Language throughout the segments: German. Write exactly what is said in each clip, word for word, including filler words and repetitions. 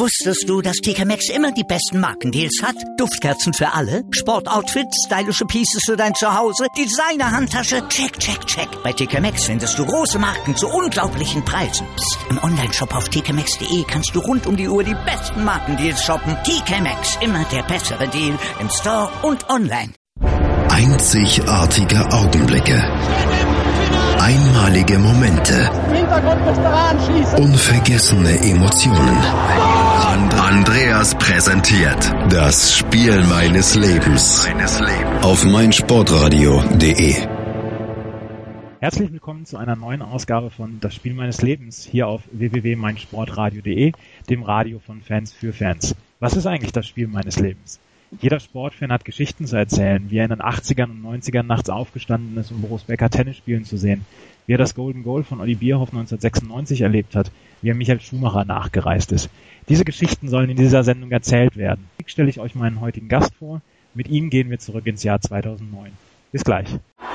Wusstest du, dass T K Maxx immer die besten Markendeals hat? Duftkerzen für alle, Sportoutfits, stylische Pieces für dein Zuhause, Designer-Handtasche, check, check, check. Bei T K Maxx findest du große Marken zu unglaublichen Preisen. Psst. Im Onlineshop auf t k maxx punkt d e kannst du rund um die Uhr die besten Markendeals shoppen. T K Maxx, immer der bessere Deal im Store und online. Einzigartige Augenblicke. Einmalige Momente. Unvergessene Emotionen. Andreas präsentiert das Spiel meines Lebens auf meinsportradio punkt de. Herzlich willkommen zu einer neuen Ausgabe von Das Spiel meines Lebens hier auf w w w punkt meinsportradio punkt de, dem Radio von Fans für Fans. Was ist eigentlich das Spiel meines Lebens? Jeder Sportfan hat Geschichten zu erzählen, wie er in den achtzigern und neunzigern nachts aufgestanden ist, um Boris Becker Tennis spielen zu sehen, wie er das Golden Goal von Olli Bierhoff neunzehnhundertsechsundneunzig erlebt hat, wie er Michael Schumacher nachgereist ist. Diese Geschichten sollen in dieser Sendung erzählt werden. Jetzt stelle ich euch meinen heutigen Gast vor. Mit ihm gehen wir zurück ins Jahr zweitausendneun. Bis gleich.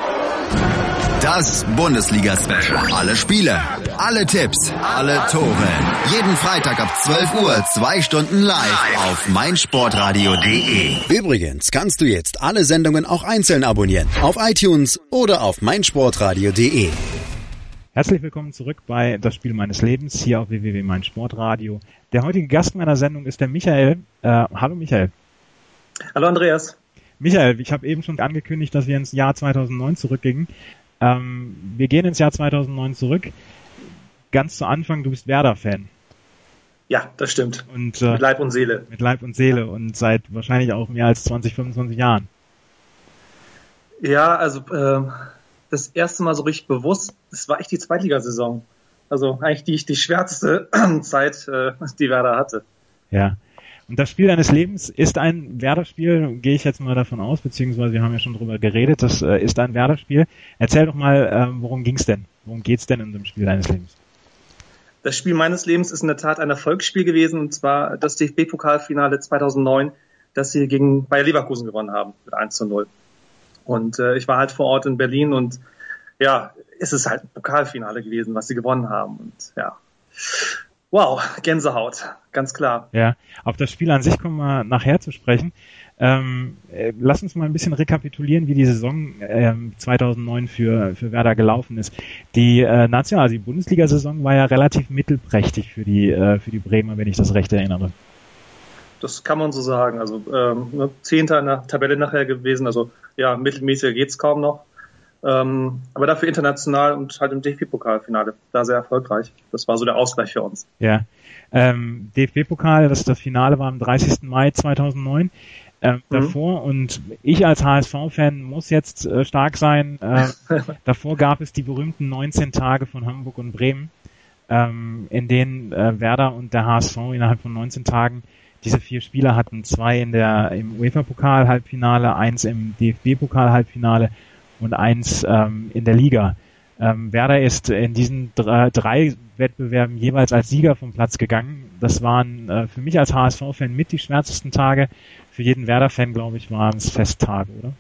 Das Bundesliga-Special. Alle Spiele, alle Tipps, alle Tore. Jeden Freitag ab zwölf Uhr, zwei Stunden live auf meinsportradio punkt de. Übrigens kannst du jetzt alle Sendungen auch einzeln abonnieren. Auf iTunes oder auf meinsportradio punkt de. Herzlich willkommen zurück bei Das Spiel meines Lebens hier auf w w w punkt meinsportradio. Der heutige Gast meiner Sendung ist der Michael. Äh, hallo Michael. Hallo Andreas. Michael, ich habe eben schon angekündigt, dass wir ins Jahr zweitausendneun zurückgingen. Ähm, wir gehen ins Jahr zweitausendneun zurück. Ganz zu Anfang, du bist Werder-Fan. Ja, das stimmt. Und, äh, mit Leib und Seele. Mit Leib und Seele und seit wahrscheinlich auch mehr als zwanzig, fünfundzwanzig Jahren. Ja, also äh, das erste Mal so richtig bewusst, das war echt die Zweitligasaison. Also eigentlich die, die schwärzeste Zeit, äh, die Werder hatte. Ja. Und das Spiel deines Lebens ist ein Werder-Spiel, gehe ich jetzt mal davon aus, beziehungsweise wir haben ja schon drüber geredet, das äh, ist ein Werder-Spiel. Erzähl doch mal, äh, worum ging's denn? Worum geht's denn in dem Spiel deines Lebens? Das Spiel meines Lebens ist in der Tat ein Erfolgsspiel gewesen, und zwar das D F B-Pokalfinale zweitausendneun, das sie gegen Bayer Leverkusen gewonnen haben mit eins zu null. Und äh, ich war halt vor Ort in Berlin und ja, es ist halt ein Pokalfinale gewesen, was sie gewonnen haben. Und ja, wow, Gänsehaut, ganz klar. Ja, auf das Spiel an sich kommen wir nachher zu sprechen. Ähm, äh, lass uns mal ein bisschen rekapitulieren, wie die Saison ähm, zweitausendneun für für Werder gelaufen ist. Die äh, National, also die Bundesliga-Saison war ja relativ mittelprächtig für die äh, für die Bremer, wenn ich das recht erinnere. Das kann man so sagen. Also ähm, Zehnter in der Tabelle nachher gewesen. Also ja, mittelmäßiger geht's kaum noch. Ähm, aber dafür international und halt im D F B-Pokalfinale. Da sehr erfolgreich. Das war so der Ausgleich für uns. Ja, ähm, D F B-Pokal, das, das Finale war am dreißigsten Mai zweitausendneun. Ähm, mhm. Davor, und ich als H S V-Fan muss jetzt äh, stark sein, äh, davor gab es die berühmten neunzehn Tage von Hamburg und Bremen, ähm, in denen äh, Werder und der H S V innerhalb von neunzehn Tagen diese vier Spiele hatten. Zwei in der im UEFA-Pokal-Halbfinale, eins im D F B-Pokal-Halbfinale und eins ähm, in der Liga. Ähm, Werder ist in diesen drei, drei Wettbewerben jeweils als Sieger vom Platz gegangen. Das waren äh, für mich als H S V-Fan mit die schwärzesten Tage. Für jeden Werder-Fan, glaube ich, waren es Festtage, oder?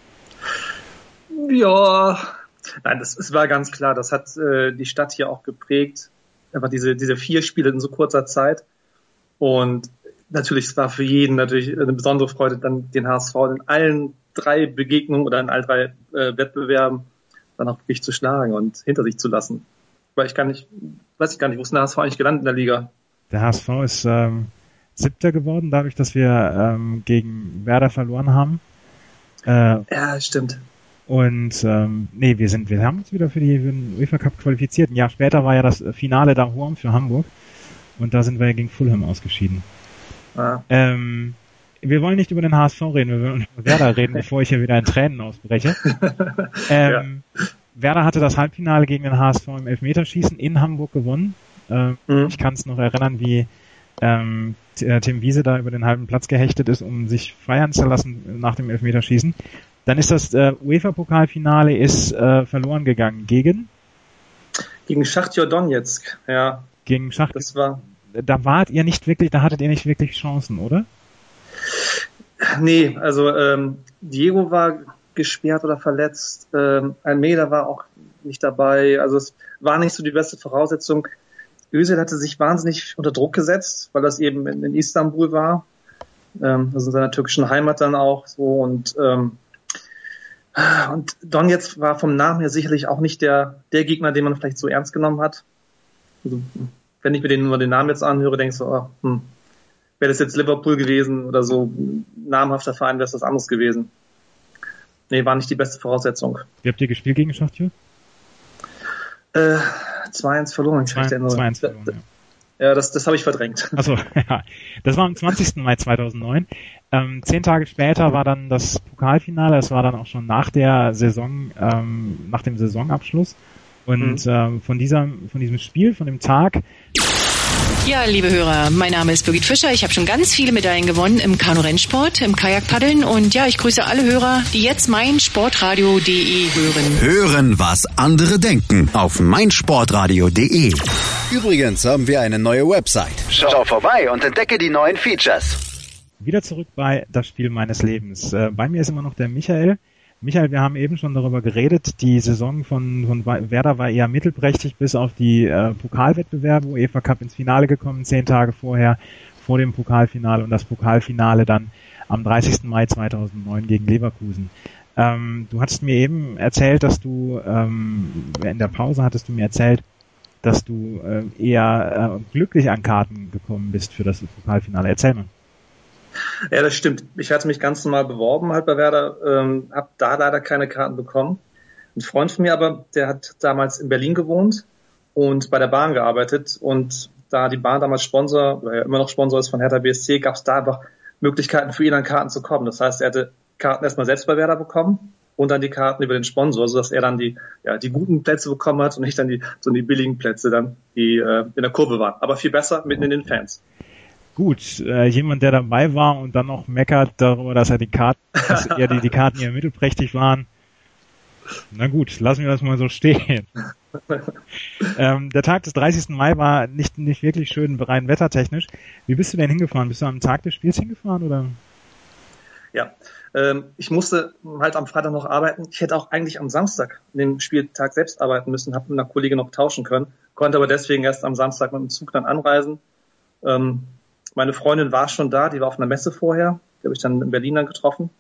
Ja, nein, das, das war ganz klar. Das hat äh, die Stadt hier auch geprägt. Einfach diese, diese vier Spiele in so kurzer Zeit. Und natürlich, es war für jeden natürlich eine besondere Freude, dann den H S V in allen drei Begegnungen oder in allen drei äh, Wettbewerben dann auch wirklich zu schlagen und hinter sich zu lassen. Weil ich gar nicht, weiß ich gar nicht, wo ist der H S V eigentlich gelandet in der Liga? Der H S V ist ähm, Siebter geworden, dadurch, dass wir ähm, gegen Werder verloren haben. Äh, ja, stimmt. Und ähm, nee, wir sind, wir haben uns wieder für, die, für den UEFA Cup qualifiziert. Ein Jahr später war ja das Finale da Horm für Hamburg und da sind wir ja gegen Fulham ausgeschieden. Ah. Ähm, wir wollen nicht über den H S V reden, wir wollen über Werder reden, bevor ich hier wieder in Tränen ausbreche. Ähm, ja. Werder hatte das Halbfinale gegen den H S V im Elfmeterschießen in Hamburg gewonnen. Ähm, mhm. Ich kann es noch erinnern, wie ähm, Tim Wiese da über den halben Platz gehechtet ist, um sich feiern zu lassen nach dem Elfmeterschießen. Dann ist das äh, UEFA-Pokalfinale ist äh, verloren gegangen gegen? Gegen Schachtjor Donetsk, ja. Gegen Schachtjor. Das war. Da wart ihr nicht wirklich, da hattet ihr nicht wirklich Chancen, oder? Nee, also ähm, Diego war gesperrt oder verletzt, ähm, Almeida war auch nicht dabei, also es war nicht so die beste Voraussetzung. Özil hatte sich wahnsinnig unter Druck gesetzt, weil das eben in, in Istanbul war, ähm, also in seiner türkischen Heimat dann auch so und ähm, und Donetsk war vom Namen her sicherlich auch nicht der der Gegner, den man vielleicht so ernst genommen hat. Also, wenn ich mir den, nur den Namen jetzt anhöre, denke ich so, oh, hm, wäre das jetzt Liverpool gewesen oder so ein namhafter Verein, wäre es was anderes gewesen. Nee, war nicht die beste Voraussetzung. Wie habt ihr gespielt gegen Schachtjö? Äh, zwei eins verloren. Ich zwei eins verloren, ja. Ja, das, das habe ich verdrängt. Achso, ja. Das war am zwanzigsten Mai zweitausendneun. Ähm, zehn Tage später war dann das Pokalfinale. Es war dann auch schon nach der Saison, ähm, nach dem Saisonabschluss. Und mhm. ähm, von dieser, von diesem Spiel, von dem Tag. Ja, liebe Hörer, mein Name ist Birgit Fischer. Ich habe schon ganz viele Medaillen gewonnen im Kanu-Rennsport, im Kajakpaddeln. Und ja, ich grüße alle Hörer, die jetzt meinsportradio punkt de hören. Hören, was andere denken auf meinsportradio punkt de. Übrigens haben wir eine neue Website. Schau vorbei und entdecke die neuen Features. Wieder zurück bei Das Spiel meines Lebens. Äh, bei mir ist immer noch der Michael. Michael, wir haben eben schon darüber geredet, die Saison von, von Werder war eher mittelprächtig bis auf die äh, Pokalwettbewerbe, UEFA Cup ins Finale gekommen, zehn Tage vorher, vor dem Pokalfinale und das Pokalfinale dann am dreißigsten Mai zweitausendneun gegen Leverkusen. Ähm, du hattest mir eben erzählt, dass du, ähm, in der Pause hattest du mir erzählt, dass du äh, eher äh, glücklich an Karten gekommen bist für das Pokalfinale. Erzähl mal. Ja, das stimmt. Ich hatte mich ganz normal beworben halt bei Werder, ähm, habe da leider keine Karten bekommen. Ein Freund von mir aber, der hat damals in Berlin gewohnt und bei der Bahn gearbeitet und da die Bahn damals Sponsor, oder ja immer noch Sponsor ist von Hertha B S C, gab es da einfach Möglichkeiten für ihn an Karten zu kommen. Das heißt, er hatte Karten erstmal selbst bei Werder bekommen und dann die Karten über den Sponsor, sodass er dann die ja die guten Plätze bekommen hat und nicht dann die so die billigen Plätze dann, die äh, in der Kurve waren. Aber viel besser mitten in den Fans. Gut, äh, jemand, der dabei war und dann noch meckert darüber, dass er die Karten, dass er die, die Karten eher mittelprächtig waren. Na gut, lassen wir das mal so stehen. ähm, der Tag des dreißigsten Mai war nicht nicht wirklich schön, rein wettertechnisch. Wie bist du denn hingefahren? Bist du am Tag des Spiels hingefahren oder? Ja, ähm, ich musste halt am Freitag noch arbeiten. Ich hätte auch eigentlich am Samstag, den Spieltag selbst arbeiten müssen, habe mit einer Kollegin noch tauschen können, konnte aber deswegen erst am Samstag mit dem Zug dann anreisen. Ähm, Meine Freundin war schon da, die war auf einer Messe vorher, die habe ich dann in Berlin dann getroffen.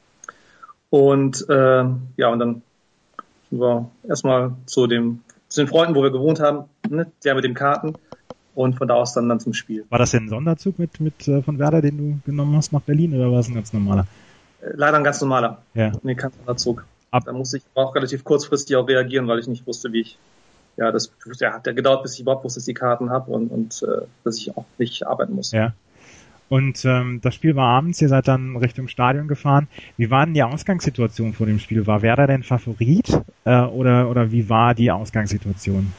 Und äh, ja, und dann sind wir erstmal zu dem zu den Freunden, wo wir gewohnt haben, ne, der mit den Karten und von da aus dann, dann zum Spiel. War das denn ein Sonderzug mit mit äh, von Werder, den du genommen hast nach Berlin oder war es ein ganz normaler? Äh, leider ein ganz normaler. Ja. Nee, kein Sonderzug. Ab. Da musste ich auch relativ kurzfristig auch reagieren, weil ich nicht wusste, wie ich Ja, das ja, hat ja gedauert, bis ich überhaupt wusste, dass ich die Karten habe und, und äh, dass ich auch nicht arbeiten muss. Ja. Und ähm, das Spiel war abends, ihr seid dann Richtung Stadion gefahren. Wie war denn die Ausgangssituation vor dem Spiel? War Werder denn Favorit äh, oder oder wie war die Ausgangssituation?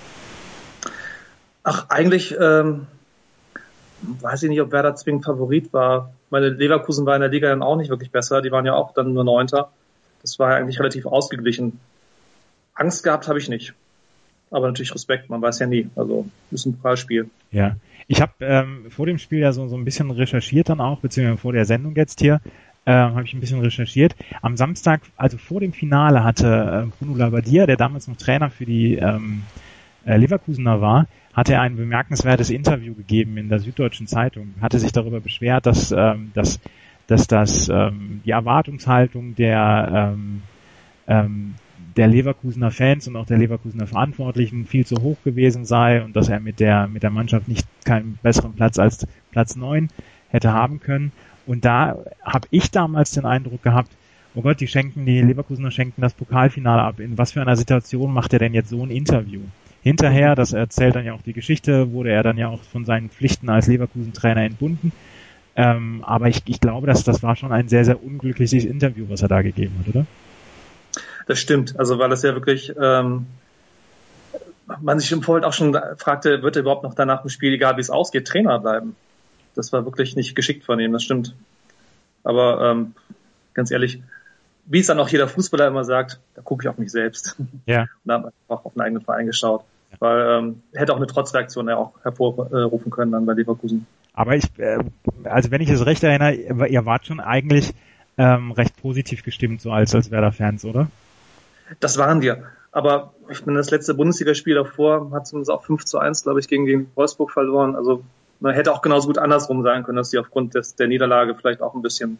Ach, eigentlich ähm, weiß ich nicht, ob Werder zwingend Favorit war. Meine Leverkusen war in der Liga dann auch nicht wirklich besser. Die waren ja auch dann nur Neunter. Das war ja eigentlich relativ ausgeglichen. Angst gehabt habe ich nicht. Aber natürlich Respekt, man weiß ja nie. Also ist ein Pokalspiel. Ja, ich habe ähm, vor dem Spiel ja so, so ein bisschen recherchiert dann auch, beziehungsweise vor der Sendung jetzt hier, äh, habe ich ein bisschen recherchiert. Am Samstag, also vor dem Finale, hatte äh, Bruno Labbadia, der damals noch Trainer für die ähm, äh, Leverkusener war, hatte er ein bemerkenswertes Interview gegeben in der Süddeutschen Zeitung. Hatte sich darüber beschwert, dass, ähm, dass, dass das ähm, die Erwartungshaltung der ähm, ähm, der Leverkusener Fans und auch der Leverkusener Verantwortlichen viel zu hoch gewesen sei und dass er mit der mit der Mannschaft nicht keinen besseren Platz als Platz neun hätte haben können. Und da habe ich damals den Eindruck gehabt, oh Gott, die schenken, die Leverkusener schenken das Pokalfinale ab. In was für einer Situation macht er denn jetzt so ein Interview? Hinterher, das erzählt dann ja auch die Geschichte, wurde er dann ja auch von seinen Pflichten als Leverkusen-Trainer entbunden. Ähm, aber ich, ich glaube, dass das war schon ein sehr, sehr unglückliches Interview, was er da gegeben hat, oder? Das stimmt, also weil das ja wirklich, ähm, man sich im Vorfeld auch schon fragte, wird er überhaupt noch danach im Spiel, egal wie es ausgeht, Trainer bleiben? Das war wirklich nicht geschickt von ihm, das stimmt. Aber ähm, ganz ehrlich, wie es dann auch jeder Fußballer immer sagt, da gucke ich auf mich selbst. Ja. Und da habe ich einfach auf den eigenen Verein geschaut. Ja. Weil ähm, hätte auch eine Trotzreaktion ja auch hervorrufen können dann bei Leverkusen. Aber ich, äh, also wenn ich es recht erinnere, ihr wart schon eigentlich ähm, recht positiv gestimmt, so als, als Werder-Fans, oder? Das waren wir. Aber ich meine, das letzte Bundesligaspiel davor hat zumindest auch fünf zu eins, glaube ich, gegen, gegen Wolfsburg verloren. Also man hätte auch genauso gut andersrum sein können, dass sie aufgrund des, der Niederlage vielleicht auch ein bisschen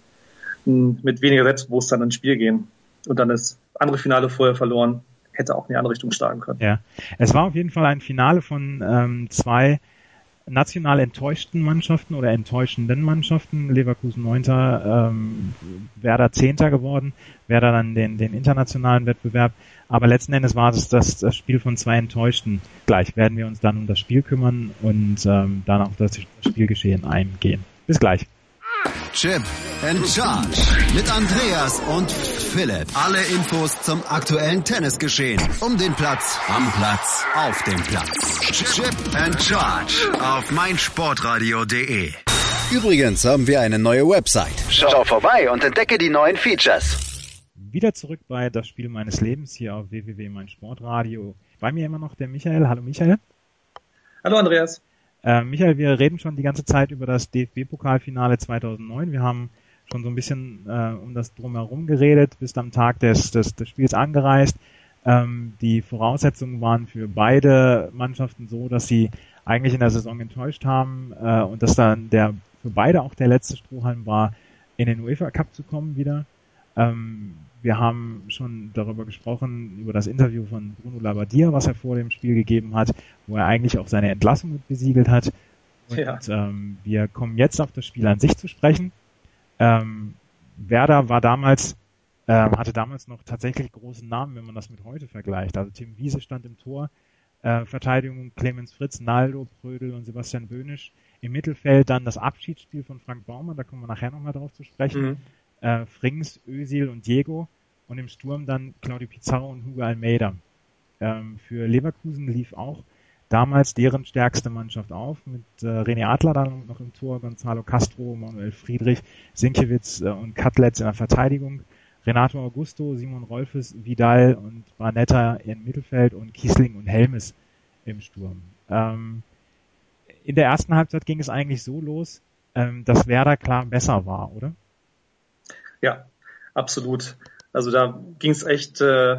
m, mit weniger Selbstbewusstsein ins Spiel gehen. Und dann das andere Finale vorher verloren, hätte auch in die andere Richtung schlagen können. Ja, es war auf jeden Fall ein Finale von ähm, zwei national enttäuschten Mannschaften oder enttäuschenden Mannschaften. Leverkusen Neunter, ähm, Werder Zehnter geworden, Werder dann den, den internationalen Wettbewerb. Aber letzten Endes war es das, das Spiel von zwei Enttäuschten. Gleich werden wir uns dann um das Spiel kümmern und ähm, dann auf das Spielgeschehen eingehen. Bis gleich. Chip and Charge mit Andreas und Philipp. Alle Infos zum aktuellen Tennisgeschehen. Um den Platz, am Platz, auf dem Platz. Chip and Charge auf meinsportradio punkt de. Übrigens haben wir eine neue Website. Schau vorbei und entdecke die neuen Features. Wieder zurück bei Das Spiel meines Lebens hier auf w w w punkt meinsportradio. Bei mir immer noch der Michael. Hallo Michael. Hallo Andreas. Äh, Michael, wir reden schon die ganze Zeit über das D F B-Pokalfinale zweitausendneun. Wir haben schon so ein bisschen äh, um das Drumherum geredet, bist am Tag des, des, des Spiels angereist. Ähm, die Voraussetzungen waren für beide Mannschaften so, dass sie eigentlich in der Saison enttäuscht haben äh, und dass dann der für beide auch der letzte Strohhalm war, in den UEFA Cup zu kommen wieder. Ähm, wir haben schon darüber gesprochen, über das Interview von Bruno Labbadia, was er vor dem Spiel gegeben hat, wo er eigentlich auch seine Entlassung mit besiegelt hat. Und ja. ähm, wir kommen jetzt auf das Spiel an sich zu sprechen. Ähm, Werder war damals, äh, hatte damals noch tatsächlich großen Namen, wenn man das mit heute vergleicht. Also Tim Wiese stand im Tor, äh, Verteidigung Clemens Fritz, Naldo, Prödel und Sebastian Böhnisch. Im Mittelfeld dann das Abschiedsspiel von Frank Baumann, da kommen wir nachher nochmal drauf zu sprechen. Mhm. Äh, Frings, Özil und Diego und im Sturm dann Claudio Pizarro und Hugo Almeida. Ähm, für Leverkusen lief auch damals deren stärkste Mannschaft auf, mit äh, René Adler dann noch im Tor, Gonzalo Castro, Manuel Friedrich, Sinkiewicz äh, und Katlitz in der Verteidigung, Renato Augusto, Simon Rolfes, Vidal und Barnetta im Mittelfeld und Kiesling und Helmes im Sturm. Ähm, in der ersten Halbzeit ging es eigentlich so los, ähm, dass Werder klar besser war, oder? Ja, absolut. Also da ging es echt, äh,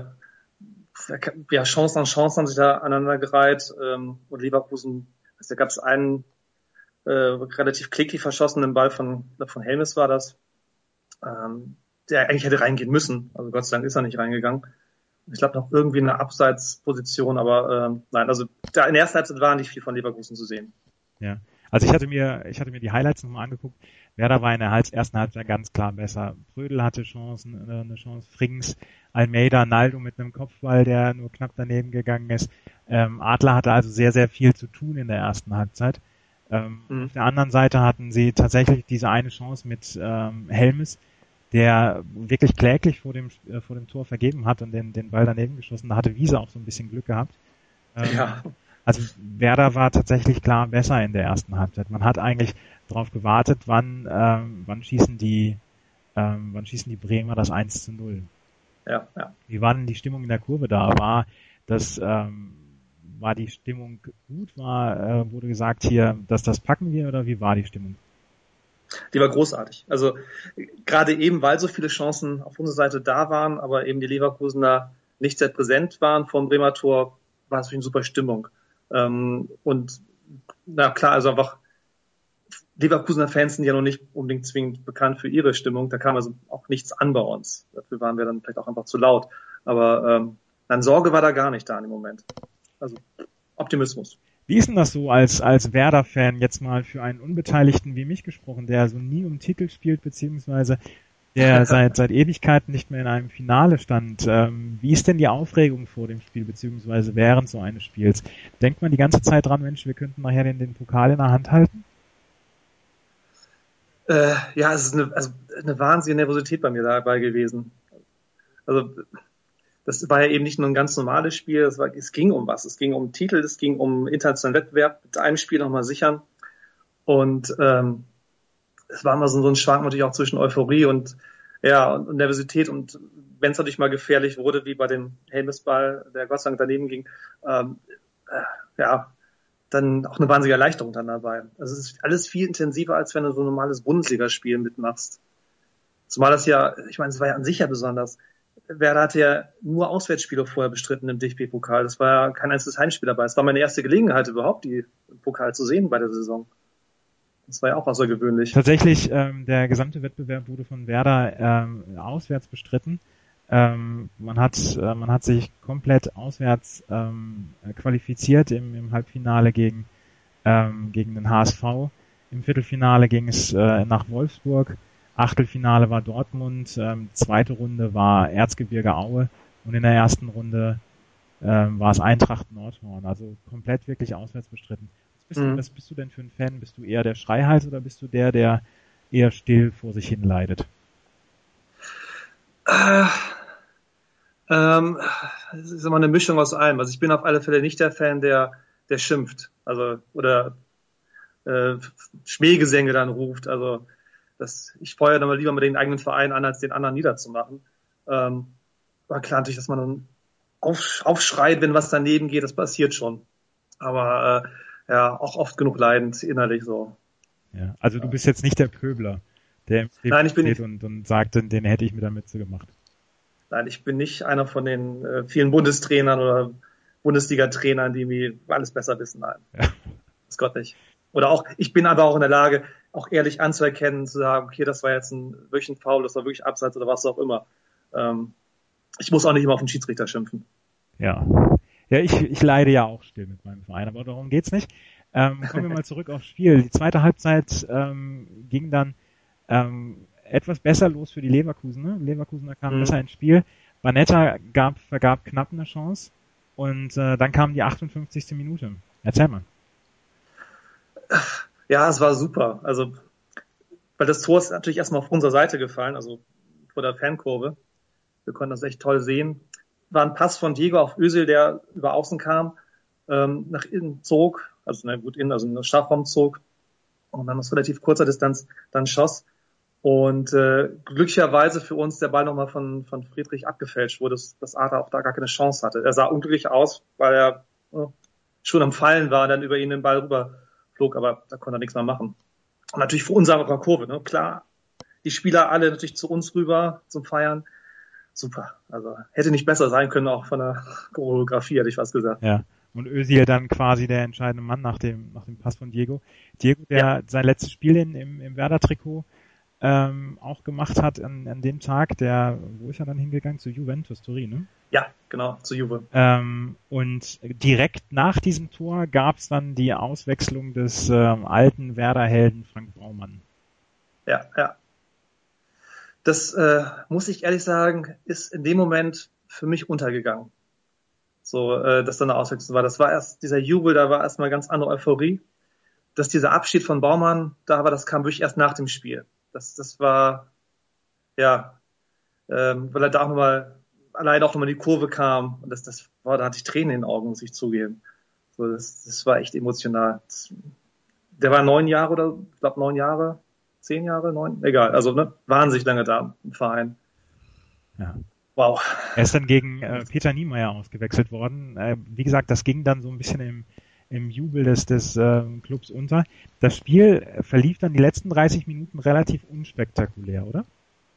ja, Chancen an Chancen haben sich da aneinandergereiht. Ähm, und Leverkusen, also da gab es einen äh, relativ klickig verschossenen Ball von, von Helmes war das, ähm, der eigentlich hätte reingehen müssen. Also Gott sei Dank ist er nicht reingegangen. Ich glaube noch irgendwie eine Abseitsposition, aber ähm, nein, also da in der ersten Halbzeit war nicht viel von Leverkusen zu sehen. Ja, also ich hatte mir, ich hatte mir die Highlights nochmal angeguckt. Werder war in der ersten Halbzeit ganz klar besser. Prödel hatte Chancen, eine Chance. Frings, Almeida, Naldo mit einem Kopfball, der nur knapp daneben gegangen ist. Ähm, Adler hatte also sehr, sehr viel zu tun in der ersten Halbzeit. Ähm, mhm. Auf der anderen Seite hatten sie tatsächlich diese eine Chance mit ähm, Helmes, der wirklich kläglich vor dem äh, vor dem Tor vergeben hat und den, den Ball daneben geschossen. Da hatte Wiese auch so ein bisschen Glück gehabt. Ähm, ja. Also Werder war tatsächlich klar besser in der ersten Halbzeit. Man hat eigentlich darauf gewartet, wann ähm, wann schießen die ähm, wann schießen die Bremer das eins zu null. Ja, ja. Wie war denn die Stimmung in der Kurve da? War das ähm, war die Stimmung gut? War äh, wurde gesagt hier, dass das packen wir oder wie war die Stimmung? Die war großartig. Also gerade eben, weil so viele Chancen auf unserer Seite da waren, aber eben die Leverkusener nicht sehr präsent waren vom Bremer Tor, war es eine super Stimmung. Ähm, und na klar, also einfach Leverkusener Fans sind ja noch nicht unbedingt zwingend bekannt für ihre Stimmung. Da kam also auch nichts an bei uns. Dafür waren wir dann vielleicht auch einfach zu laut. Aber ähm, dann Sorge war da gar nicht da im Moment. Also Optimismus. Wie ist denn das so als als Werder-Fan jetzt mal für einen Unbeteiligten wie mich gesprochen, der so nie um Titel spielt, beziehungsweise der seit seit Ewigkeiten nicht mehr in einem Finale stand? Ähm, wie ist denn die Aufregung vor dem Spiel, beziehungsweise während so eines Spiels? Denkt man die ganze Zeit dran, Mensch, wir könnten nachher den, den Pokal in der Hand halten? Äh, ja, es ist eine, also eine wahnsinnige Nervosität bei mir dabei gewesen. Also das war ja eben nicht nur ein ganz normales Spiel, es, war, es ging um was. Es ging um Titel, es ging um internationalen Wettbewerb, mit einem Spiel nochmal sichern. Und ähm, es war immer so, so ein Schwank natürlich auch zwischen Euphorie und ja und, und Nervosität. Und wenn es natürlich mal gefährlich wurde, wie bei dem Helmesball, der Gott sei Dank daneben ging, ähm, äh, ja, dann auch eine wahnsinnige Erleichterung dann dabei. Also es ist alles viel intensiver, als wenn du so ein normales Bundesligaspiel mitmachst. Zumal das ja, ich meine, es war ja an sich ja besonders. Werder hatte ja nur Auswärtsspiele vorher bestritten im D F B-Pokal. Das war ja kein einziges Heimspiel dabei. Es war meine erste Gelegenheit überhaupt, die Pokal zu sehen bei der Saison. Das war ja auch außergewöhnlich. Tatsächlich, ähm, der gesamte Wettbewerb wurde von Werder ähm, auswärts bestritten. Ähm, man hat äh, man hat sich komplett auswärts ähm, qualifiziert im, im Halbfinale gegen ähm, gegen den H S V. Im Viertelfinale ging es äh, nach Wolfsburg. Achtelfinale war Dortmund. Ähm, zweite Runde war Erzgebirge Aue und in der ersten Runde ähm, war es Eintracht Nordhorn. Also komplett wirklich auswärts bestritten. Was bist, mhm. du, was bist du denn für ein Fan? Bist du eher der Schreihals oder bist du der, der eher still vor sich hin leidet? Äh, ähm, es ist immer eine Mischung aus allem. Also ich bin auf alle Fälle nicht der Fan, der, der schimpft, also oder äh, Schmähgesänge dann ruft. Also das, ich feuere dann mal lieber mit den eigenen Verein an, als den anderen niederzumachen. Ähm, war klar natürlich, dass man dann auf, aufschreit, wenn was daneben geht. Das passiert schon. Aber äh, ja, auch oft genug leidend innerlich so. Ja, also du bist jetzt nicht der Pöbler, der im Nein, ich bin steht und, und sagt, den, den hätte ich mit der Mütze gemacht. Nein, ich bin nicht einer von den äh, vielen Bundestrainern oder Bundesliga-Trainern, die mir alles besser wissen. Nein, ja. Das Gott nicht. Oder auch, ich bin aber auch in der Lage, auch ehrlich anzuerkennen, zu sagen, okay, das war jetzt ein, wirklich ein Foul, das war wirklich Abseits oder was auch immer. Ähm, ich muss auch nicht immer auf den Schiedsrichter schimpfen. Ja. Ja, ich, ich leide ja auch still mit meinem Verein, aber darum geht's nicht. Ähm, kommen wir mal zurück aufs Spiel. Die zweite Halbzeit ähm, ging dann ähm, etwas besser los für die Leverkusener. Leverkusener kamen mhm. besser ins Spiel. Banetta gab, vergab knapp eine Chance und äh, dann kam die achtundfünfzigste Minute. Erzähl mal. Ja, es war super. Also, weil das Tor ist natürlich erstmal auf unserer Seite gefallen, also vor der Fankurve. Wir konnten das echt toll sehen. War ein Pass von Diego auf Özil, der über außen kam, ähm, nach innen zog, also na gut innen, also in den Strafraum zog und dann aus relativ kurzer Distanz dann schoss. Und äh, glücklicherweise für uns der Ball nochmal von von Friedrich abgefälscht wurde, dass, dass Arthur auch da gar keine Chance hatte. Er sah unglücklich aus, weil er äh, schon am Fallen war, dann über ihn den Ball rüber flog, aber da konnte er nichts mehr machen. Und natürlich für unsere Kurve, ne? Klar, die Spieler alle natürlich zu uns rüber zum Feiern. Super, also hätte nicht besser sein können, auch von der Choreografie, hätte ich was gesagt. Ja, und Özil dann quasi der entscheidende Mann nach dem nach dem Pass von Diego. Diego, der ja. sein letztes Spiel in, im, im Werder-Trikot ähm, auch gemacht hat an, an dem Tag, der, wo ist er dann hingegangen? Zu Juventus Turin, ne? Ja, genau, zu Juve. Ähm, und direkt nach diesem Tor gab es dann die Auswechslung des ähm, alten Werder-Helden Frank Baumann. Ja, ja. Das äh, muss ich ehrlich sagen, ist in dem Moment für mich untergegangen. So, äh, dass dann eine Auswechslung war. Das war erst dieser Jubel, da war erstmal ganz andere Euphorie. Dass dieser Abschied von Baumann, da war, das kam wirklich erst nach dem Spiel. Das, das war, ja, ähm, weil er da auch nochmal, allein auch nochmal in die Kurve kam. Und das, das war, da hatte ich Tränen in den Augen, muss ich zugeben. So, das, das war echt emotional. Das, der war neun Jahre oder, ich glaube neun Jahre. Zehn Jahre, neun, egal, also ne, wahnsinnig lange da im Verein. Ja. Wow. Er ist dann gegen äh, Peter Niemeyer ausgewechselt worden. Äh, wie gesagt, das ging dann so ein bisschen im, im Jubel des, des äh, Clubs unter. Das Spiel verlief dann die letzten dreißig Minuten relativ unspektakulär, oder?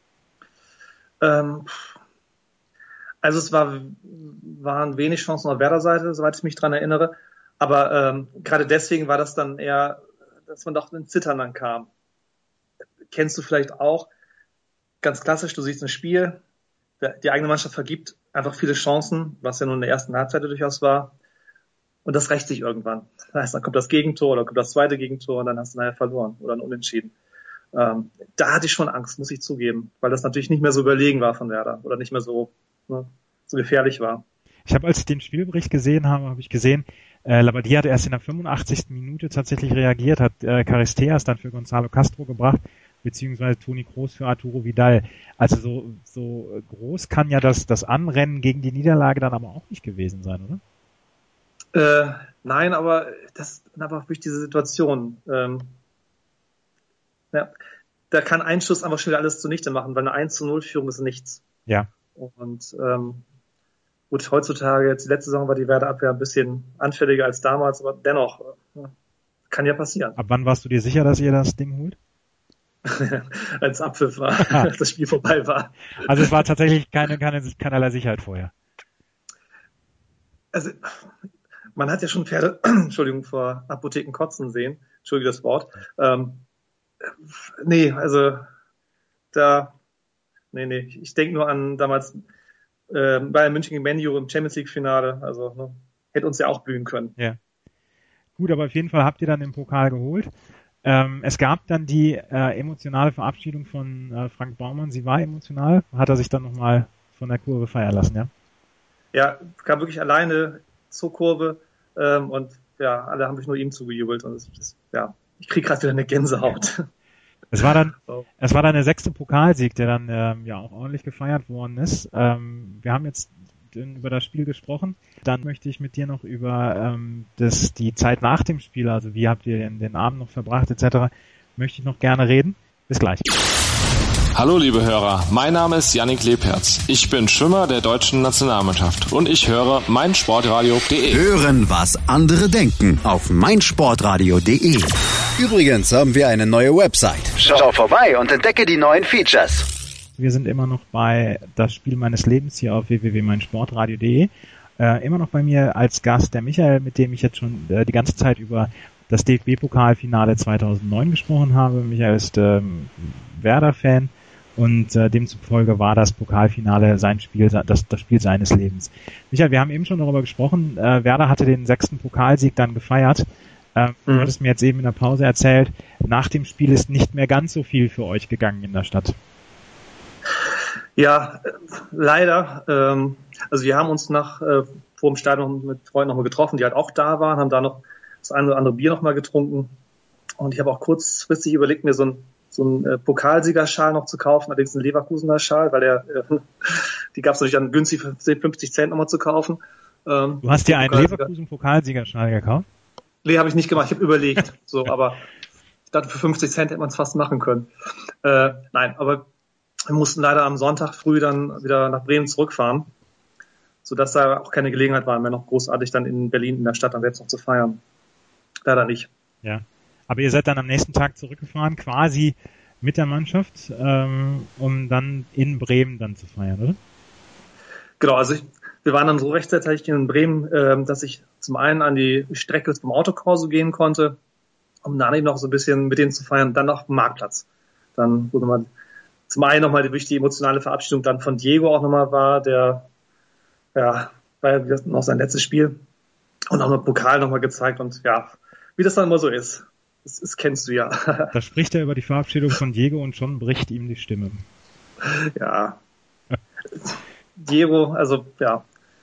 Ähm, also es war, waren wenig Chancen auf Werder-Seite, soweit ich mich dran erinnere. Aber ähm, gerade deswegen war das dann eher, dass man doch in Zittern dann kam. Kennst du vielleicht auch, ganz klassisch, du siehst ein Spiel, die eigene Mannschaft vergibt einfach viele Chancen, was ja nun in der ersten Halbzeit durchaus war, und das rächt sich irgendwann. Das heißt, dann kommt das Gegentor oder kommt das zweite Gegentor und dann hast du nachher verloren oder ein Unentschieden. Ähm, da hatte ich schon Angst, muss ich zugeben, weil das natürlich nicht mehr so überlegen war von Werder oder nicht mehr so, ne, so gefährlich war. Ich habe, als ich den Spielbericht gesehen habe, habe ich gesehen, äh, Labbadia hat erst in der fünfundachtzigsten Minute tatsächlich reagiert, hat äh, Caristeas dann für Gonzalo Castro gebracht, beziehungsweise Toni Kroos für Arturo Vidal. Also so, so groß kann ja das, das Anrennen gegen die Niederlage dann aber auch nicht gewesen sein, oder? Äh, nein, aber das aber durch diese Situation. Ähm, ja, da kann ein Schuss einfach schnell alles zunichte machen, weil eine eins zu null Führung ist nichts. Ja. Und ähm, gut, heutzutage, jetzt die letzte Saison war die Werder-Abwehr ein bisschen anfälliger als damals, aber dennoch, äh, kann ja passieren. Ab wann warst du dir sicher, dass ihr das Ding holt? als Abpfiff war, als das Spiel vorbei war. Also es war tatsächlich keine, keine keinerlei Sicherheit vorher. Also man hat ja schon Pferde, Entschuldigung, vor Apotheken kotzen sehen. Entschuldige das Wort. Ähm, nee, also da, nee, nee. Ich denke nur an damals äh, Bayern München gegen Man U im Champions League Finale. Also ne, hätte uns ja auch blühen können. Ja. Gut, aber auf jeden Fall habt ihr dann den Pokal geholt. Ähm, es gab dann die äh, emotionale Verabschiedung von äh, Frank Baumann. Sie war emotional. Hat er sich dann nochmal von der Kurve feiern lassen, ja? Ja, kam wirklich alleine zur Kurve ähm, und ja, alle haben sich nur ihm zugejubelt und das, das, ja, ich kriege gerade wieder eine Gänsehaut. Es war dann, so. es war dann der sechste Pokalsieg, der dann ähm, ja auch ordentlich gefeiert worden ist. Ähm, wir haben jetzt über das Spiel gesprochen. Dann möchte ich mit dir noch über ähm, das, die Zeit nach dem Spiel, also wie habt ihr den, den Abend noch verbracht et cetera, möchte ich noch gerne reden. Bis gleich. Hallo liebe Hörer, mein Name ist Yannick Lebherz. Ich bin Schwimmer der deutschen Nationalmannschaft und ich höre meinsportradio punkt de. Hören, was andere denken auf meinsportradio punkt de. Übrigens haben wir eine neue Website. Schau vorbei und entdecke die neuen Features. Wir sind immer noch bei Das Spiel meines Lebens hier auf w w w punkt meinsportradio punkt de. Äh, immer noch bei mir als Gast der Michael, mit dem ich jetzt schon äh, die ganze Zeit über das D F B-Pokalfinale zweitausendneun gesprochen habe. Michael ist ähm, Werder-Fan. Und äh, demzufolge war das Pokalfinale sein Spiel, das, das Spiel seines Lebens. Michael, wir haben eben schon darüber gesprochen, äh, Werder hatte den sechsten Pokalsieg dann gefeiert. Äh, mhm. Du hattest mir jetzt eben in der Pause erzählt, nach dem Spiel ist nicht mehr ganz so viel für euch gegangen in der Stadt. Ja, leider. Ähm, also wir haben uns nach äh, vor dem Stadion mit Freunden nochmal getroffen, die halt auch da waren, haben da noch das eine oder andere Bier nochmal getrunken. Und ich habe auch kurzfristig überlegt, mir so ein so einen äh, Pokalsiegerschal noch zu kaufen, allerdings einen Leverkusener Schal, weil der äh, die gab es natürlich dann günstig für fünfzig Cent nochmal zu kaufen. Ähm, du hast dir einen Leverkusen-Pokalsiegerschal gekauft? Nee, habe ich nicht gemacht, ich habe überlegt. so, aber ich dachte, für fünfzig Cent hätte man es fast machen können. Äh, nein, aber wir mussten leider am Sonntag früh dann wieder nach Bremen zurückfahren, sodass da auch keine Gelegenheit war, mehr noch großartig dann in Berlin in der Stadt dann selbst noch zu feiern. Leider nicht. Ja. Aber ihr seid dann am nächsten Tag zurückgefahren, quasi mit der Mannschaft, ähm, um dann in Bremen dann zu feiern, oder? Genau, also ich, wir waren dann so rechtzeitig in Bremen, ähm, dass ich zum einen an die Strecke vom Autokorso gehen konnte, um dann eben noch so ein bisschen mit denen zu feiern, dann noch Marktplatz. Dann wurde man zum einen nochmal die wichtige emotionale Verabschiedung dann von Diego auch nochmal war, der, ja, war ja noch sein letztes Spiel und auch noch Pokal nochmal gezeigt und ja, wie das dann immer so ist. Das, das kennst du ja. Da spricht er über die Verabschiedung von Diego und schon bricht ihm die Stimme. Ja. Diego, also ja,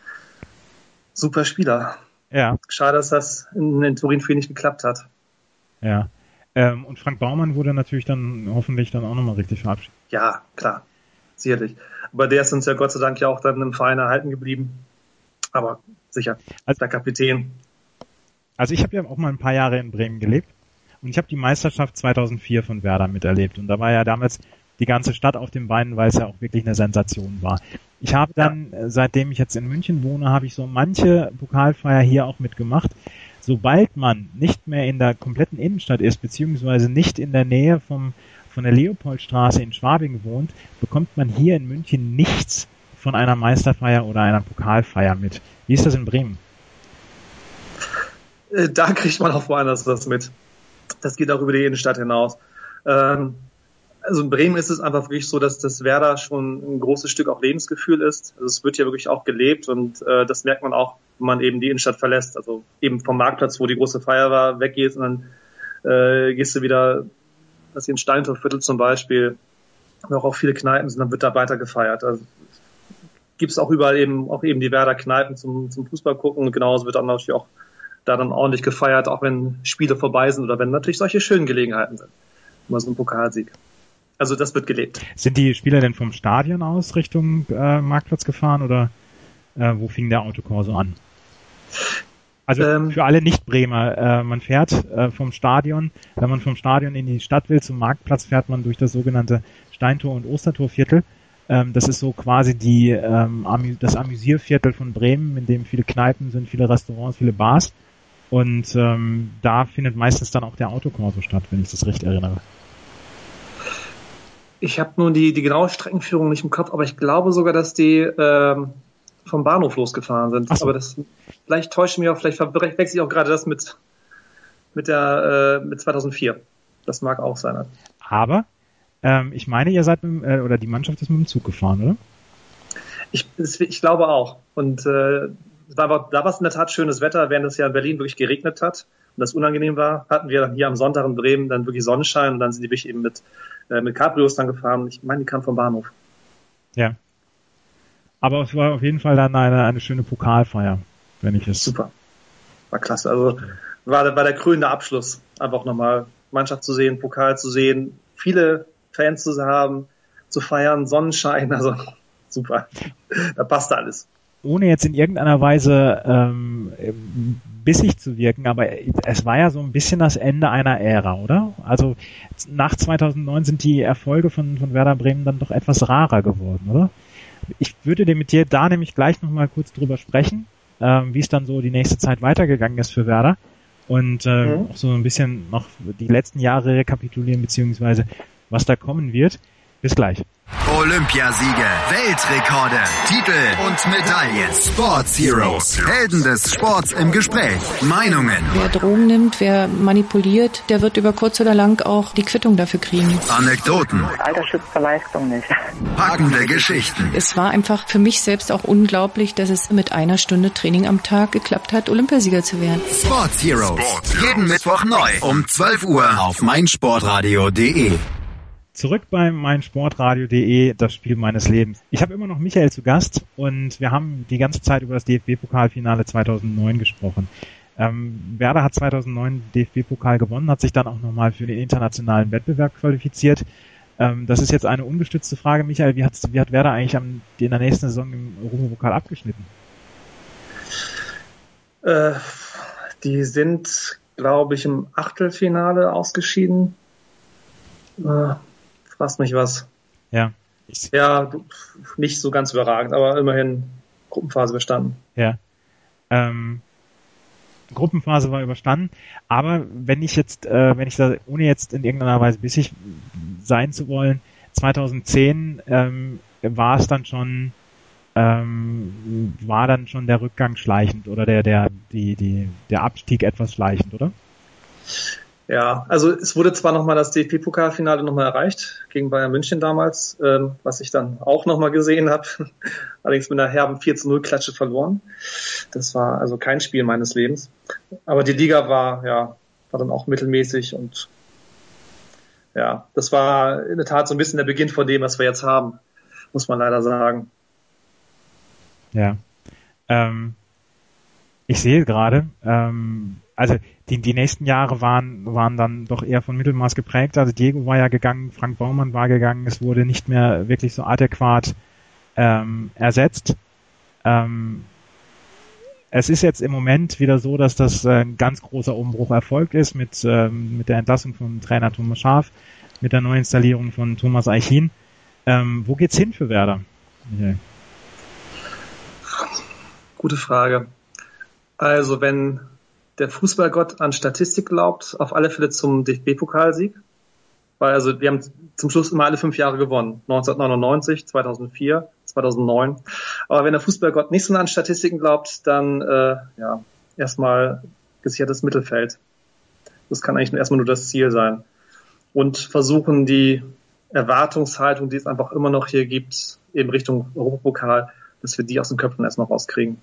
super Spieler. Ja. Schade, dass das in, in Turin für ihn nicht geklappt hat. Ja. Ähm, und Frank Baumann wurde natürlich dann hoffentlich dann auch nochmal richtig verabschiedet. Ja, klar. Sicherlich. Aber der ist uns ja Gott sei Dank ja auch dann im Verein erhalten geblieben. Aber sicher, also, der Kapitän. Also ich habe ja auch mal ein paar Jahre in Bremen gelebt. Und ich habe die Meisterschaft zweitausendvier von Werder miterlebt. Und da war ja damals die ganze Stadt auf den Beinen, weil es ja auch wirklich eine Sensation war. Ich habe dann, ja. seitdem ich jetzt in München wohne, habe ich so manche Pokalfeier hier auch mitgemacht. Sobald man nicht mehr in der kompletten Innenstadt ist, beziehungsweise nicht in der Nähe vom, von der Leopoldstraße in Schwabing wohnt, bekommt man hier in München nichts von einer Meisterfeier oder einer Pokalfeier mit. Wie ist das in Bremen? Da kriegt man auch woanders was mit. Das geht auch über die Innenstadt hinaus. Ähm, also in Bremen ist es einfach wirklich so, dass das Werder schon ein großes Stück auch Lebensgefühl ist. Also es wird ja wirklich auch gelebt und äh, das merkt man auch, wenn man eben die Innenstadt verlässt. Also eben vom Marktplatz, wo die große Feier war, weggehst und dann äh, gehst du wieder, was in Steintorviertel zum Beispiel, wo auch viele Kneipen sind, dann wird da weiter gefeiert. Also gibt es auch überall eben auch eben die Werder Kneipen zum, zum Fußball gucken und genauso wird dann natürlich auch da dann ordentlich gefeiert, auch wenn Spiele vorbei sind oder wenn natürlich solche schönen Gelegenheiten sind. Immer so ein Pokalsieg. Also das wird gelebt. Sind die Spieler denn vom Stadion aus Richtung äh, Marktplatz gefahren oder äh, wo fing der Autokorso an? Also ähm, für alle Nicht-Bremer, äh, man fährt äh, vom Stadion, wenn man vom Stadion in die Stadt will, zum Marktplatz fährt man durch das sogenannte Steintor- und Ostertorviertel. Ähm, das ist so quasi die ähm, Amü- das Amüsierviertel von Bremen, in dem viele Kneipen sind, viele Restaurants, viele Bars. Und ähm, da findet meistens dann auch der Autokorso statt, wenn ich das recht erinnere. Ich habe nur die, die genaue Streckenführung nicht im Kopf, aber ich glaube sogar, dass die ähm, vom Bahnhof losgefahren sind. So. Aber das vielleicht täusche ich mich auch, vielleicht wechsle ich auch gerade das mit mit der äh, mit zweitausendvier. Das mag auch sein. Aber ähm, ich meine, ihr seid mit, äh, oder die Mannschaft ist mit dem Zug gefahren, oder? Ich, ich glaube auch. Und äh, da war da war es in der Tat schönes Wetter, während es ja in Berlin wirklich geregnet hat und das unangenehm war, hatten wir dann hier am Sonntag in Bremen dann wirklich Sonnenschein und dann sind die wirklich eben mit äh, mit Cabrios dann gefahren. Ich meine, die kamen vom Bahnhof. Ja. Aber es war auf jeden Fall dann eine, eine schöne Pokalfeier, wenn ich es... Super. War klasse. Also war, war der krönende Abschluss. Einfach nochmal Mannschaft zu sehen, Pokal zu sehen, viele Fans zu haben, zu feiern, Sonnenschein, also super. Da passt alles. Ohne jetzt in irgendeiner Weise ähm, bissig zu wirken, aber es war ja so ein bisschen das Ende einer Ära, oder? Also nach zweitausendneun sind die Erfolge von, von Werder Bremen dann doch etwas rarer geworden, oder? Ich würde mit dir da nämlich gleich nochmal kurz drüber sprechen, ähm, wie es dann so die nächste Zeit weitergegangen ist für Werder und äh, mhm. auch so ein bisschen noch die letzten Jahre rekapitulieren, beziehungsweise was da kommen wird. Bis gleich. Olympiasiege, Weltrekorde, Titel und Medaillen. Sports Heroes, Helden des Sports im Gespräch. Meinungen. Wer Drogen nimmt, wer manipuliert, der wird über kurz oder lang auch die Quittung dafür kriegen. Anekdoten. Alter schützt zur Leistung nicht. Packende Geschichten. Es war einfach für mich selbst auch unglaublich, dass es mit einer Stunde Training am Tag geklappt hat, Olympiasieger zu werden. Sports Heroes. Sports. Jeden Mittwoch neu um zwölf Uhr auf meinsportradio punkt de. Zurück bei meinsportradio punkt de, das Spiel meines Lebens. Ich habe immer noch Michael zu Gast und wir haben die ganze Zeit über das D F B-Pokalfinale zweitausendneun gesprochen. Ähm, Werder hat zweitausendneun D F B-Pokal gewonnen, hat sich dann auch nochmal für den internationalen Wettbewerb qualifiziert. Ähm, das ist jetzt eine ungestützte Frage. Michael, wie, hat's, wie hat Werder eigentlich am, in der nächsten Saison im Europapokal abgeschnitten? Äh, die sind, glaube ich, im Achtelfinale ausgeschieden. Äh, Fragst mich was. Ja. Ja, nicht so ganz überragend, aber immerhin Gruppenphase bestanden. Ja. Ähm, Gruppenphase war überstanden, aber wenn ich jetzt, äh, wenn ich da, ohne jetzt in irgendeiner Weise bissig sein zu wollen, zweitausendzehn ähm, war es dann schon, ähm, war dann schon der Rückgang schleichend oder der, der, die, die, der Abstieg etwas schleichend, oder? Ja, also es wurde zwar nochmal das D F B-Pokalfinale nochmal erreicht, gegen Bayern München damals, ähm, was ich dann auch nochmal gesehen habe, allerdings mit einer herben vier zu null Klatsche verloren. Das war also kein Spiel meines Lebens. Aber die Liga war, ja, war dann auch mittelmäßig und ja, das war in der Tat so ein bisschen der Beginn von dem, was wir jetzt haben, muss man leider sagen. Ja, ähm, ich sehe gerade, ähm, also die, die nächsten Jahre waren, waren dann doch eher von Mittelmaß geprägt. Also Diego war ja gegangen, Frank Baumann war gegangen, es wurde nicht mehr wirklich so adäquat ähm, ersetzt. Ähm, es ist jetzt im Moment wieder so, dass das äh, ein ganz großer Umbruch erfolgt ist mit, ähm, mit der Entlassung von Trainer Thomas Schaaf, mit der Neuinstallierung von Thomas Eichin. Ähm, wo geht's hin für Werder, Michael? Gute Frage. Also wenn der Fußballgott an Statistik glaubt, auf alle Fälle zum D F B-Pokalsieg. Weil also wir haben zum Schluss immer alle fünf Jahre gewonnen. neunzehnhundertneunundneunzig, zweitausendvier, zweitausendneun. Aber wenn der Fußballgott nicht so an Statistiken glaubt, dann äh, ja erstmal gesichertes Mittelfeld. Das kann eigentlich erstmal nur das Ziel sein. Und versuchen die Erwartungshaltung, die es einfach immer noch hier gibt, eben Richtung Europapokal, dass wir die aus den Köpfen erstmal rauskriegen.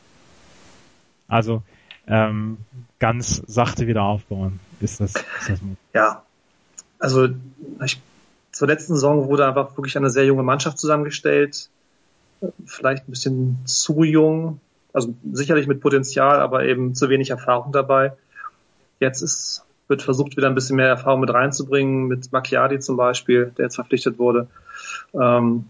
Also ähm, ganz sachte wieder aufbauen. Ist das, ist das möglich? Ja, also ich, zur letzten Saison wurde einfach wirklich eine sehr junge Mannschaft zusammengestellt. Vielleicht ein bisschen zu jung, also sicherlich mit Potenzial, aber eben zu wenig Erfahrung dabei. Jetzt ist, wird versucht, wieder ein bisschen mehr Erfahrung mit reinzubringen, mit Macchiadi zum Beispiel, der jetzt verpflichtet wurde. Ähm,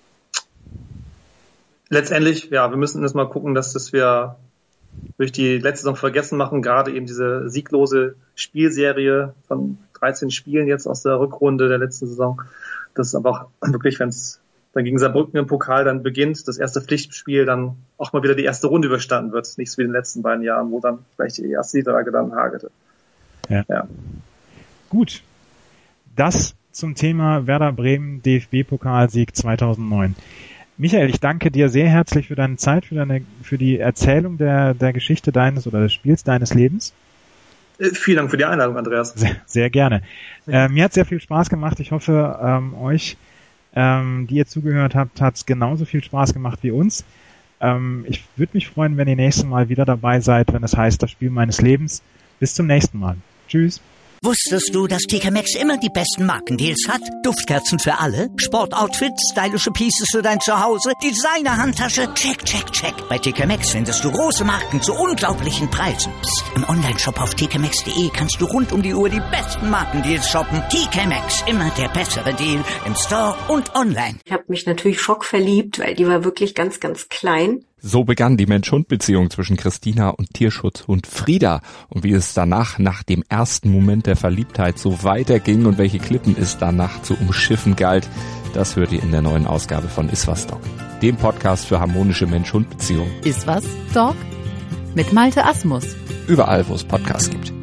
letztendlich, ja, wir müssen erstmal gucken, dass das wir durch die letzte Saison vergessen machen, gerade eben diese sieglose Spielserie von dreizehn Spielen jetzt aus der Rückrunde der letzten Saison. Das ist einfach wirklich, wenn es dann gegen Saarbrücken im Pokal dann beginnt, das erste Pflichtspiel, dann auch mal wieder die erste Runde überstanden wird. Nicht so wie in den letzten beiden Jahren, wo dann vielleicht die erste Niederlage dann hagelte. Ja. ja. Gut. Das zum Thema Werder Bremen D F B-Pokalsieg zweitausendneun. Michael, ich danke dir sehr herzlich für deine Zeit, für deine, für die Erzählung der, der Geschichte deines oder des Spiels deines Lebens. Vielen Dank für die Einladung, Andreas. Sehr, sehr gerne. Äh, mir hat sehr viel Spaß gemacht. Ich hoffe, ähm, euch, ähm, die ihr zugehört habt, hat es genauso viel Spaß gemacht wie uns. Ähm, ich würde mich freuen, wenn ihr nächstes Mal wieder dabei seid, wenn es heißt, das Spiel meines Lebens. Bis zum nächsten Mal. Tschüss. Wusstest du, dass T K Maxx immer die besten Markendeals hat? Duftkerzen für alle, Sportoutfits, stylische Pieces für dein Zuhause, Designer-Handtasche, check, check, check. Bei T K Maxx findest du große Marken zu unglaublichen Preisen. Psst. Im Onlineshop auf t k maxx punkt de kannst du rund um die Uhr die besten Markendeals shoppen. T K Maxx, immer der bessere Deal im Store und online. Ich habe mich natürlich schockverliebt, weil die war wirklich ganz, ganz klein. So begann die Mensch-Hund-Beziehung zwischen Christina und Tierschutzhund Frieda. Und wie es danach, nach dem ersten Moment der Verliebtheit, so weiterging und welche Klippen es danach zu umschiffen galt, das hört ihr in der neuen Ausgabe von Iswas Dog, dem Podcast für harmonische Mensch-Hund-Beziehungen. Iswas Dog mit Malte Asmus. Überall, wo es Podcasts gibt.